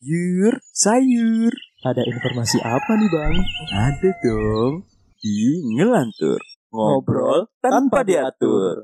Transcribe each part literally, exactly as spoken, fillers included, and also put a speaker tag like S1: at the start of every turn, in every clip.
S1: Sayur, sayur. Ada informasi apa nih bang? Ada dong. Di Ngelantur. Ngobrol tanpa diatur.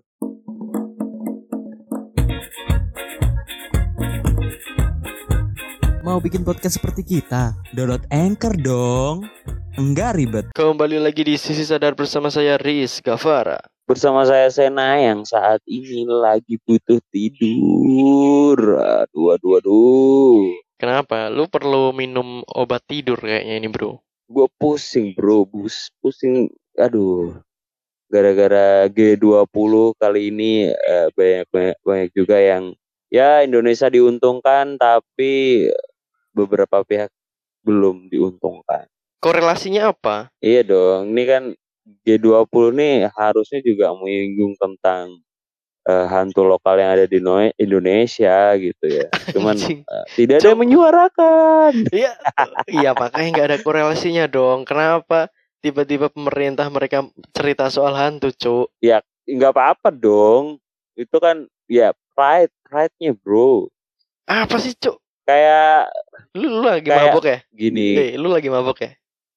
S1: Mau bikin podcast seperti kita? Download Anchor dong. Enggak ribet.
S2: Kembali lagi di Sisi Sadar bersama saya Riz Gavara.
S3: Bersama saya Sena yang saat ini lagi butuh tidur. Aduh, aduh, aduh.
S2: Kenapa? Lu perlu minum obat tidur kayaknya ini bro.
S3: Gue pusing bro, bus pusing. Aduh, gara-gara G dua puluh kali ini eh, banyak, banyak banyak juga yang ya Indonesia diuntungkan, tapi beberapa pihak belum diuntungkan.
S2: Korelasinya apa?
S3: Iya dong, ini kan G dua puluh nih harusnya juga menyinggung tentang uh, hantu lokal yang ada di no- Indonesia gitu ya. Cuman uh, tidak ada yang menyuarakan.
S2: Iya, iya makanya nggak ada korelasinya dong. Kenapa tiba-tiba pemerintah mereka cerita soal hantu, Cuk?
S3: Ya nggak apa-apa dong. Itu kan ya pride, pride-nya bro.
S2: Apa sih, Cuk?
S3: Kayak
S2: lu, lu lagi
S3: kayak
S2: mabok ya?
S3: Gini.
S2: Eh, lu lagi mabok ya?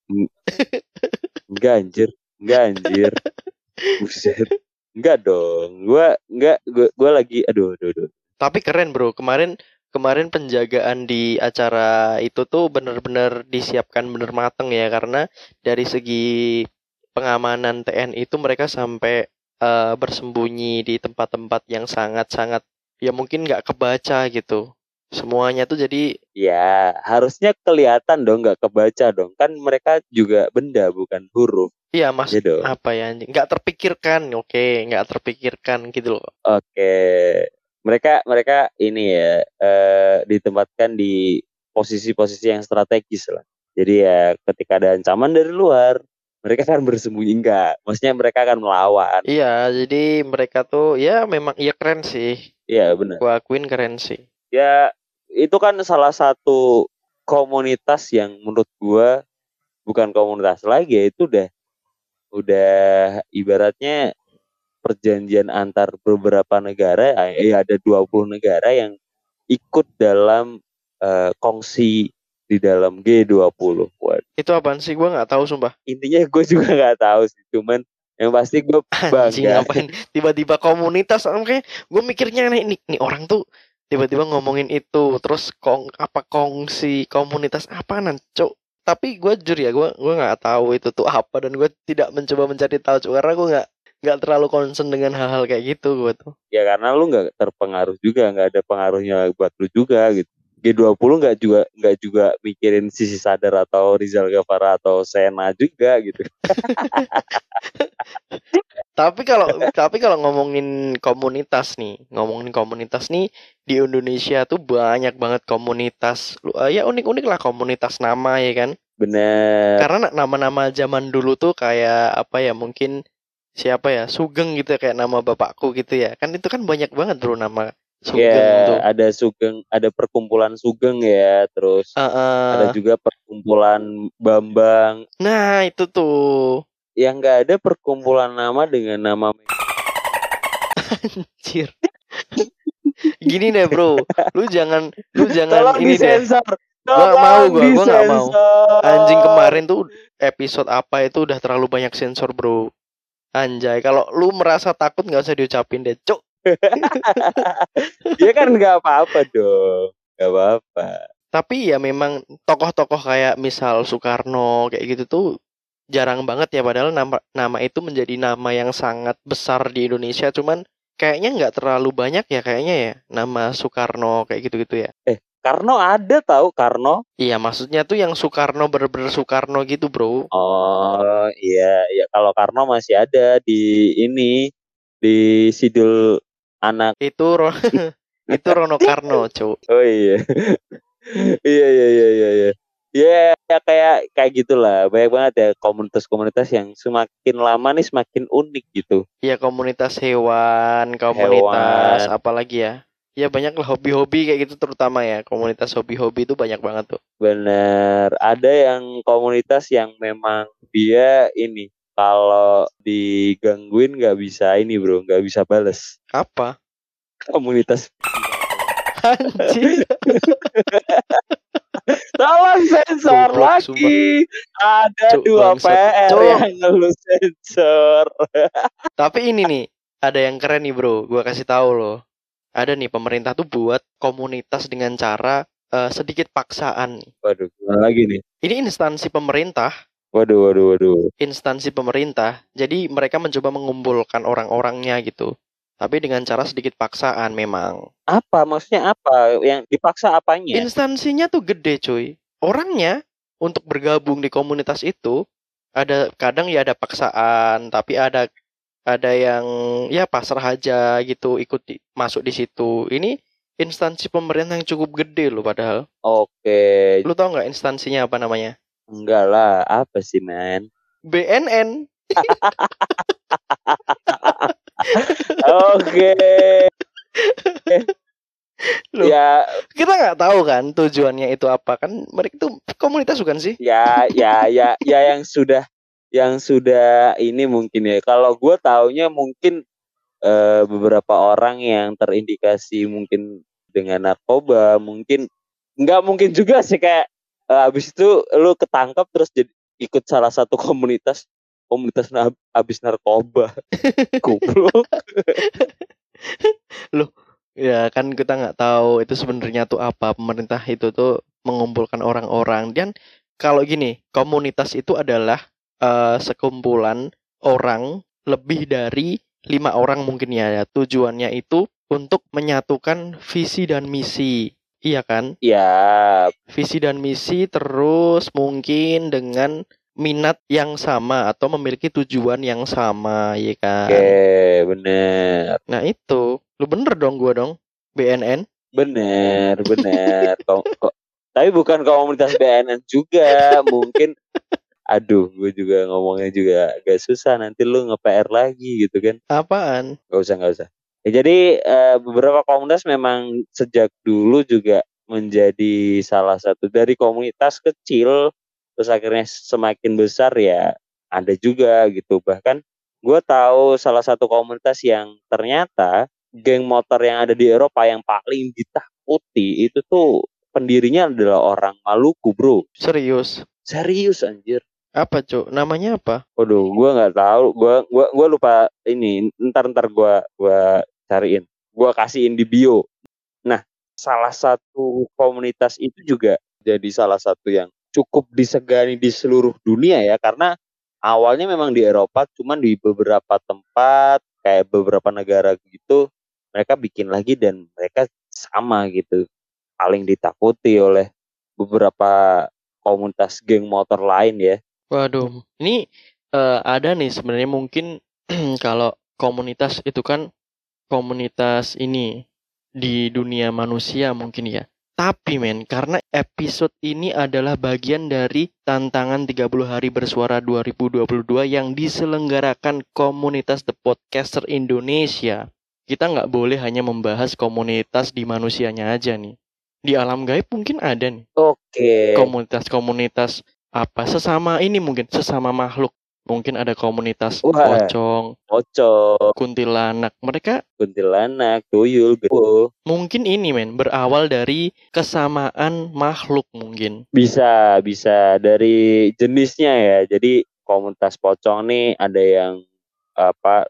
S3: Enggak anjir, enggak anjir. Buset. Enggak dong. Gua enggak gua, gua lagi aduh aduh aduh.
S2: Tapi keren, bro. Kemarin kemarin penjagaan di acara itu tuh benar-benar disiapkan bener mateng ya, karena dari segi pengamanan T N I itu mereka sampai uh, bersembunyi di tempat-tempat yang sangat-sangat ya mungkin nggak kebaca gitu. Semuanya tuh jadi
S3: ya harusnya kelihatan dong, nggak kebaca dong, kan mereka juga benda bukan huruf.
S2: Iya mas,
S3: ya
S2: apa ya, nggak terpikirkan, oke, nggak terpikirkan gitu loh.
S3: Oke, mereka mereka ini ya eh, ditempatkan di posisi-posisi yang strategis lah. Jadi ya ketika ada ancaman dari luar, mereka akan bersembunyi, enggak, maksudnya mereka akan melawan.
S2: Iya, jadi mereka tuh ya memang iya keren sih.
S3: Iya benar.
S2: Gua akuin keren sih.
S3: Ya itu kan salah satu komunitas yang menurut gua bukan komunitas lagi ya, itu udah udah ibaratnya perjanjian antar beberapa negara. Ya ada dua puluh negara yang ikut dalam uh, kongsi di dalam G dua puluh. What?
S2: Itu apaan sih? Gua nggak tahu sumpah.
S3: Intinya gue juga nggak tahu sih, cuman yang pasti gue bangga.
S2: Anjing, ngapain tiba-tiba komunitas? Oke, gue mikirnya nih, nih, nih orang tuh tiba-tiba ngomongin itu, terus kong apa kongsi komunitas apa nanco. Tapi gue jujur ya, gue gue nggak tahu itu tuh apa, dan gue tidak mencoba mencari tahu Cuk, karena gue nggak nggak terlalu concern dengan hal-hal kayak gitu gue tuh.
S3: Ya karena lu nggak terpengaruh juga, nggak ada pengaruhnya buat lu juga gitu. G dua puluh nggak juga nggak juga mikirin Sisi Sadar atau Rizal Gavara atau Sena juga gitu.
S2: Tapi kalau tapi kalau ngomongin komunitas nih, ngomongin komunitas nih di Indonesia tuh banyak banget komunitas. Uh, ya unik-unik lah komunitas nama ya kan.
S3: Bener.
S2: Karena nama-nama zaman dulu tuh kayak apa ya, mungkin siapa ya, Sugeng gitu ya, kayak nama bapakku gitu ya. Kan itu kan banyak banget bro nama Sugeng
S3: ya,
S2: tuh.
S3: Ada Sugeng, ada perkumpulan Sugeng ya, terus
S2: uh, uh.
S3: ada juga perkumpulan Bambang.
S2: Nah itu tuh.
S3: Yang nggak ada perkumpulan nama dengan nama
S2: anjir. Gini deh bro, lu jangan lu jangan
S3: tolong
S2: ini
S3: disensor.
S2: deh. Gua gak mau, gua gua nggak mau. Anjing, kemarin tuh episode apa itu udah terlalu banyak sensor bro. Anjay, kalau lu merasa takut nggak usah diucapin deh, cuk.
S3: Dia kan nggak apa-apa dong, nggak apa-apa.
S2: Tapi ya memang tokoh-tokoh kayak misal Soekarno kayak gitu tuh jarang banget ya, padahal nama nama itu menjadi nama yang sangat besar di Indonesia, cuman kayaknya nggak terlalu banyak ya kayaknya ya nama Soekarno kayak gitu-gitu ya.
S3: Eh, Karno ada tahu Karno?
S2: Iya, maksudnya tuh yang Soekarno bener-bener Soekarno gitu, bro.
S3: Oh, iya, ya kalau Karno masih ada di ini di Sidul Anak.
S2: Itu Ro- itu Rono Karno, Cuk.
S3: Oh iya. iya iya iya iya iya. Ya, ya kayak kayak gitulah. Banyak banget ya komunitas-komunitas yang semakin lama nih semakin unik gitu.
S2: Iya, komunitas hewan, komunitas hewan. Apalagi ya? Ya banyak lah hobi-hobi kayak gitu, terutama ya komunitas hobi-hobi itu banyak banget tuh.
S3: Bener. Ada yang komunitas yang memang dia ini kalau digangguin nggak bisa ini bro, nggak bisa bales.
S2: Apa?
S3: Komunitas.
S2: Anjir. Goblok, sumpah.
S3: lagi. Ada
S2: Cuk,
S3: dua P
S2: bangsat.
S3: R
S2: Cuk.
S3: yang lu sensor.
S2: Tapi ini nih, ada yang keren nih bro, gua kasih tahu loh. Ada nih pemerintah tuh buat komunitas dengan cara eh, sedikit paksaan.
S3: Waduh, gimana lagi nih?
S2: Ini instansi pemerintah,
S3: Waduh, waduh, waduh.
S2: instansi pemerintah. Jadi mereka mencoba mengumpulkan orang-orangnya gitu. Tapi dengan cara sedikit paksaan memang.
S3: Apa maksudnya apa? Yang dipaksa apanya?
S2: Instansinya tuh gede cuy. Orangnya untuk bergabung di komunitas itu ada kadang ya ada paksaan, tapi ada ada yang ya pasrah aja gitu ikut di- masuk di situ. Ini instansi pemerintah yang cukup gede loh padahal.
S3: Oke,
S2: Lu tau nggak instansinya apa namanya?
S3: enggak lah. Apa sih, man?
S2: B N N.
S3: Oke.
S2: Loh.
S3: Ya,
S2: Kita nggak tahu kan tujuannya itu apa kan? Mereka itu komunitas bukan sih?
S3: ya, ya, ya, ya yang sudah, yang sudah ini mungkin ya. Kalau gue taunya mungkin eh, beberapa orang yang terindikasi mungkin dengan narkoba, mungkin nggak mungkin juga sih kayak eh, abis itu lu ketangkap terus jadi ikut salah satu komunitas komunitas na- abis narkoba. Goblok.
S2: Loh, ya kan kita nggak tahu itu sebenarnya tuh apa. Pemerintah itu tuh mengumpulkan orang-orang. Dan kalau gini, komunitas itu adalah eh, sekumpulan orang lebih dari lima orang mungkin ya. Tujuannya itu untuk menyatukan visi dan misi. Iya kan?
S3: Ya,
S2: Visi dan misi terus mungkin dengan minat yang sama atau memiliki tujuan yang sama, ya kan?
S3: oke, bener.
S2: Nah itu, lu bener dong gua dong, B N N.
S3: Bener, bener. Ko- ko- tapi bukan komunitas B N N juga, mungkin. Aduh, gue juga ngomongnya juga agak susah. Nanti lu nge-P R lagi gitu kan?
S2: Apaan?
S3: Gak usah, gak usah. Ya, jadi eh, beberapa komunitas memang sejak dulu juga menjadi salah satu dari komunitas kecil, terus akhirnya semakin besar ya ada juga gitu. Bahkan gue tahu salah satu komunitas yang ternyata geng motor yang ada di Eropa yang paling ditakuti itu tuh pendirinya adalah orang Maluku, bro.
S2: Serius?
S3: Serius anjir.
S2: Apa cuk? Namanya apa?
S3: Waduh, gue nggak tahu. Gue gua gua lupa ini. Ntar ntar gue gua cariin. Gue kasihin di bio. Nah, salah satu komunitas itu juga jadi salah satu yang cukup disegani di seluruh dunia ya, karena awalnya memang di Eropa, cuman di beberapa tempat kayak beberapa negara gitu mereka bikin lagi dan mereka sama gitu, paling ditakuti oleh beberapa komunitas geng motor lain ya.
S2: Waduh, ini eh, ada nih sebenarnya mungkin kalau komunitas itu kan komunitas ini di dunia manusia mungkin ya. Tapi men, karena episode ini adalah bagian dari tantangan tiga puluh hari bersuara dua ribu dua puluh dua yang diselenggarakan komunitas The Podcaster Indonesia. Kita nggak boleh hanya membahas komunitas di manusianya aja nih. Di alam gaib mungkin ada nih
S3: Oke.
S2: komunitas-komunitas apa sesama ini mungkin sesama makhluk. Mungkin ada komunitas
S3: Wah.
S2: pocong,
S3: Pocong,
S2: kuntilanak. Mereka
S3: kuntilanak, tuyul, genderuwo.
S2: mungkin ini men berawal dari kesamaan makhluk mungkin.
S3: Bisa, bisa dari jenisnya ya. Jadi komunitas pocong nih ada yang apa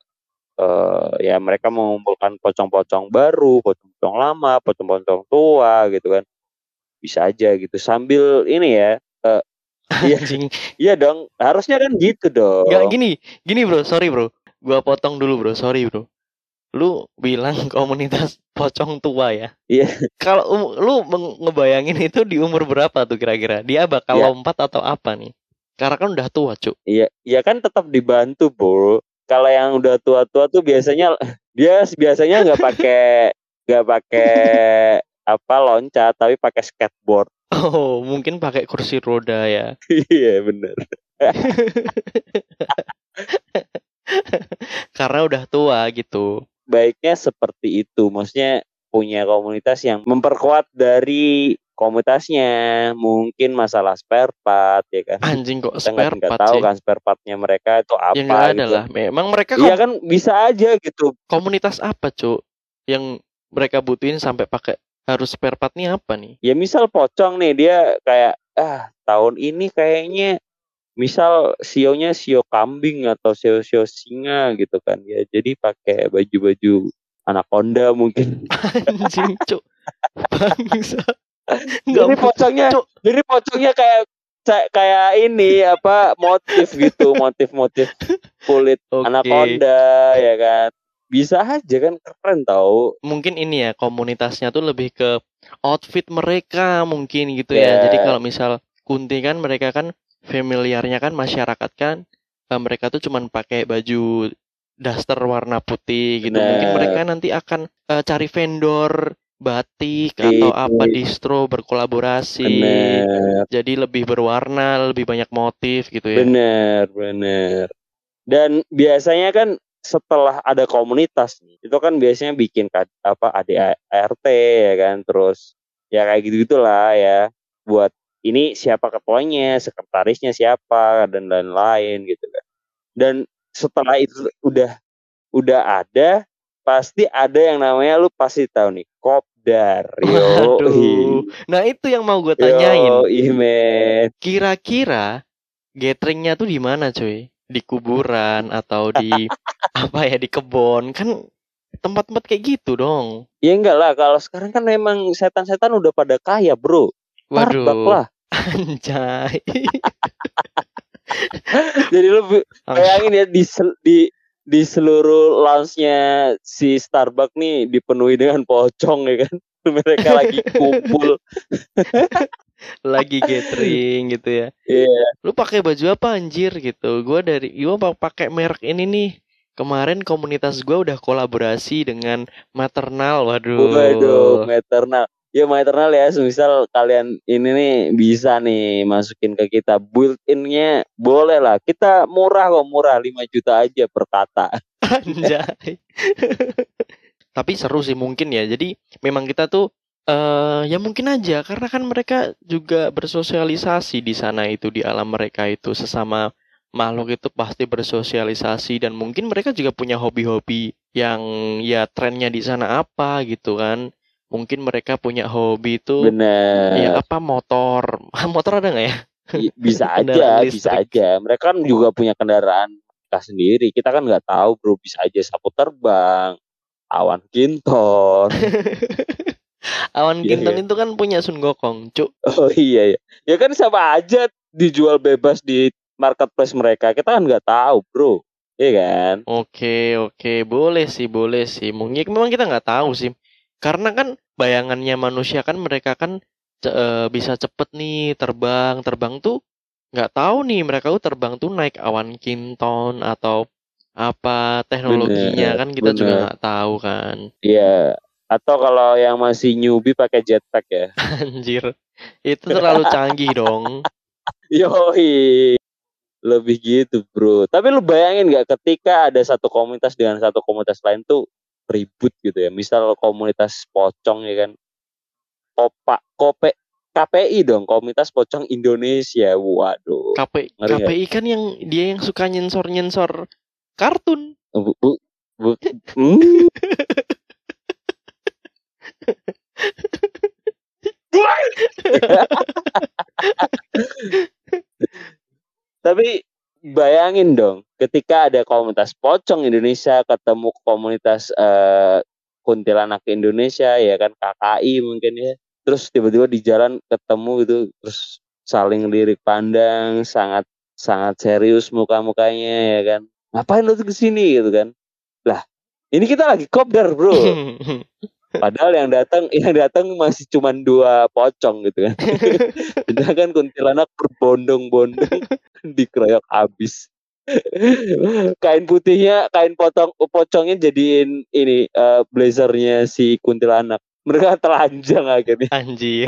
S3: eh, ya mereka mengumpulkan pocong-pocong baru, pocong-pocong lama, pocong-pocong tua gitu kan. Bisa aja gitu sambil ini ya. eh, Iya,
S2: Anjing.
S3: iya dong. Harusnya kan gitu dong.
S2: Gak gini, gini bro, sorry bro. Gua potong dulu bro, sorry bro. Lu bilang komunitas pocong tua ya?
S3: Iya.
S2: Kalau um, lu meng- ngebayangin itu di umur berapa tuh kira-kira? Dia bakal
S3: Iya.
S2: lompat atau apa nih? Karena kan udah tua, Cuk.
S3: Iya, iya kan tetap dibantu, Bro. Kalau yang udah tua-tua tuh biasanya dia biasanya nggak pakai nggak pakai apa loncat, tapi pakai skateboard.
S2: Oh, mungkin pakai kursi roda ya.
S3: Iya, bener.
S2: Karena udah tua gitu.
S3: Baiknya seperti itu, maksudnya punya komunitas yang memperkuat dari komunitasnya, mungkin masalah spare part ya kan.
S2: Anjing kok
S3: Kita
S2: spare
S3: nggak
S2: part
S3: tahu
S2: sih.
S3: kan spare partnya mereka itu apa
S2: Ya nggak ada
S3: gitu.
S2: lah. Memang mereka
S3: Iya
S2: kom-
S3: kan bisa aja gitu.
S2: komunitas apa, Cuk? Yang mereka butuhin sampai pakai harus spare part nih apa nih?
S3: Ya misal pocong nih dia kayak ah tahun ini kayaknya misal sionya sio kambing atau sio-sio singa gitu kan ya. Jadi pakai baju-baju anaconda mungkin.
S2: Anjing, cuk. Bangsa.
S3: Jadi pocongnya, jadi pocongnya kayak kayak ini apa motif gitu, motif-motif kulit
S2: okay.
S3: anaconda ya kan. Bisa aja kan, keren tau.
S2: Mungkin ini ya komunitasnya tuh lebih ke outfit mereka mungkin gitu yeah. ya. Jadi kalau misal Kunti kan mereka kan familiarnya kan masyarakat kan uh, mereka tuh cuman pakai baju daster warna putih gitu. Bener. Mungkin mereka nanti akan uh, cari vendor batik atau apa distro berkolaborasi. Bener. Jadi lebih berwarna, lebih banyak motif gitu ya.
S3: Bener, bener. Dan biasanya kan setelah ada komunitas itu kan biasanya bikin apa A D A R T ya kan, terus ya kayak gitu gitulah ya, buat ini siapa ketuanya, sekretarisnya siapa dan lain-lain gitu kan. Dan setelah itu udah udah ada, pasti ada yang namanya, lu pasti tahu nih, kopdar. Yo.
S2: Waduh. Nah itu yang mau gue tanyain.
S3: Yo, imen.
S2: Kira-kira gatheringnya tuh di mana cuy? Di kuburan atau di apa ya, di kebun? Kan tempat-tempat kayak gitu dong.
S3: Ya enggak lah, kalau sekarang kan memang setan-setan udah pada kaya bro. Starbucks lah.
S2: Anjay.
S3: Jadi lu bayangin ya, di di di seluruh lounge-nya si Starbucks nih dipenuhi dengan pocong ya kan. Mereka lagi kumpul.
S2: Lagi gathering gitu ya.
S3: Iya. Yeah.
S2: Lu pakai baju apa anjir gitu? Gua dari gua pakai merek ini nih. Kemarin komunitas gua udah kolaborasi dengan Maternal. Waduh.
S3: Waduh, Maternal. Ya Maternal ya, misal kalian ini nih bisa nih masukin ke kita, built-in-nya boleh lah. Kita murah kok, murah lima juta aja per kata.
S2: Anjay. Tapi seru sih mungkin ya. Jadi memang kita tuh uh, ya mungkin aja karena kan mereka juga bersosialisasi di sana itu, di alam mereka itu sesama makhluk itu pasti bersosialisasi, dan mungkin mereka juga punya hobi-hobi yang ya trennya di sana apa gitu kan. Mungkin mereka punya hobi itu
S3: bener.
S2: Ya apa motor. Motor ada nggak ya?
S3: Bisa aja, bisa aja. Mereka kan juga punya kendaraan mereka sendiri. Kita kan nggak tahu bro, bisa aja sapu terbang, awan kinton.
S2: Awan
S3: yeah,
S2: kinton
S3: yeah.
S2: itu kan punya Sun Gokong, cuk.
S3: Oh iya ya. Ya kan sama aja dijual bebas di marketplace mereka. Kita kan nggak tahu bro. Iya kan?
S2: Oke, oke. Boleh sih, boleh sih. Mungkin memang kita nggak tahu sih. Karena kan bayangannya manusia kan mereka kan ce- bisa cepet nih terbang. Terbang tuh nggak tahu nih mereka tuh terbang tuh naik awan kinton atau apa teknologinya, bener, kan kita bener. Juga nggak tahu kan.
S3: Iya. Atau kalau yang masih newbie pakai jetpack ya.
S2: Anjir. Itu terlalu canggih dong.
S3: Yoi. Lebih gitu bro. Tapi lu bayangin gak ketika ada satu komunitas dengan satu komunitas lain tuh ribut gitu ya. Misal komunitas pocong ya kan. Kopa, kope, K P I dong, Komunitas Pocong Indonesia. Waduh.
S2: K P, K P I kan yang dia yang suka nyensor-nyensor kartun.
S3: Bu, bu, bu, hmm. Tapi bayangin dong, ketika ada komunitas pocong Indonesia ketemu komunitas uh, kuntilanak Indonesia ya kan, K K I mungkin ya, terus tiba-tiba di jalan ketemu gitu, terus saling lirik pandang, sangat sangat serius muka-mukanya ya kan, ngapain lu tuh kesini gitu kan, lah ini kita lagi kopdar bro. Padahal yang datang yang datang masih cuma dua pocong gitu kan. Sedangkan kuntilanak berbondong-bondong dikeroyok habis. Kain putihnya, kain potong pocongnya jadiin ini uh, blazernya si kuntilanak. Mereka telanjang akhirnya.
S2: Anjir.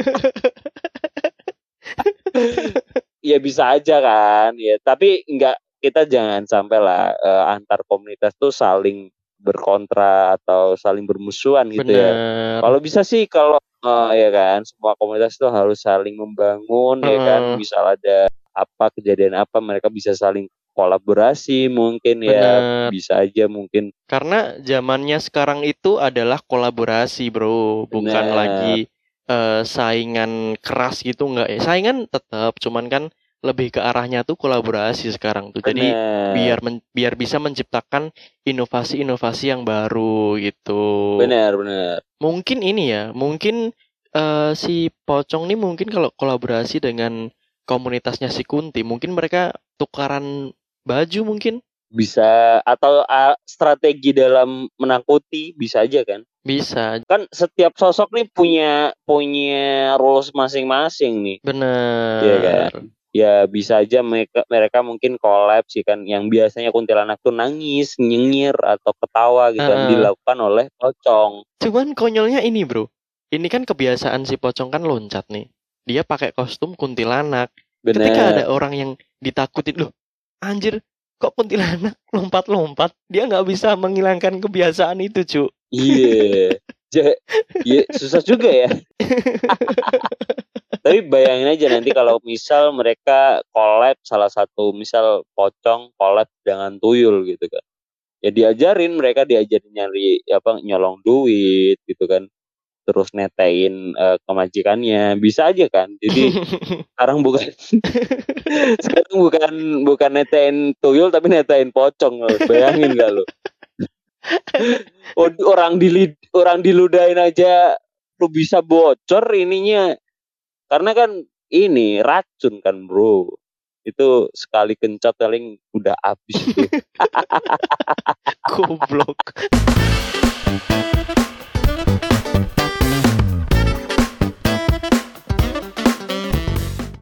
S3: Ya bisa aja kan. Ya, tapi enggak, kita jangan sampai lah uh, antar komunitas tuh saling berkontra atau saling bermusuhan gitu. Bener. Ya. Kalau bisa sih kalau uh, ya kan semua komunitas itu harus saling membangun, uh. ya kan, misal ada apa kejadian apa mereka bisa saling kolaborasi mungkin. Bener. Ya bisa aja mungkin.
S2: Karena zamannya sekarang itu adalah kolaborasi bro, bukan Bener. lagi eh, saingan keras gitu nggak ya? Saingan tetap, cuman kan lebih ke arahnya tuh kolaborasi sekarang tuh. Jadi
S3: Bener.
S2: biar men- biar bisa menciptakan inovasi-inovasi yang baru gitu.
S3: Benar, benar.
S2: Mungkin ini ya, mungkin eh, si Pocong nih mungkin kalau kolaborasi dengan komunitasnya si Kunti, mungkin mereka tukaran baju mungkin.
S3: Bisa atau uh, strategi dalam menakuti bisa aja kan?
S2: Bisa,
S3: Kan setiap sosok nih punya punya roles masing-masing nih.
S2: bener.
S3: Iya kan? Ya bisa aja mereka mereka mungkin collab sih kan, yang biasanya kuntilanak tuh nangis, nyengir atau ketawa gitu kan
S2: Heeh.
S3: dilakukan oleh Pocong.
S2: Cuman konyolnya ini bro, ini kan kebiasaan si Pocong kan loncat nih. Dia pakai kostum kuntilanak. Ketika ada
S3: Bener.
S2: orang yang ditakutin, loh anjir kok kuntilanak lompat-lompat, dia nggak bisa menghilangkan kebiasaan itu cu.
S3: Iya. Ja- iya, susah juga ya. Tapi bayangin aja nanti kalau misal mereka collab, salah satu misal Pocong collab dengan Tuyul gitu kan. Ya diajarin, mereka diajarin nyari apa nyolong duit gitu kan. Terus netain eh, kemajikannya, bisa aja kan. Jadi sekarang bukan sekarang bukan bukan netain Tuyul tapi netain Pocong loh. Bayangin gak lo? Orang di orang diludahin aja lu bisa bocor ininya. Karena kan ini racun kan bro. Itu sekali kencot paling udah habis tuh.
S2: Goblok.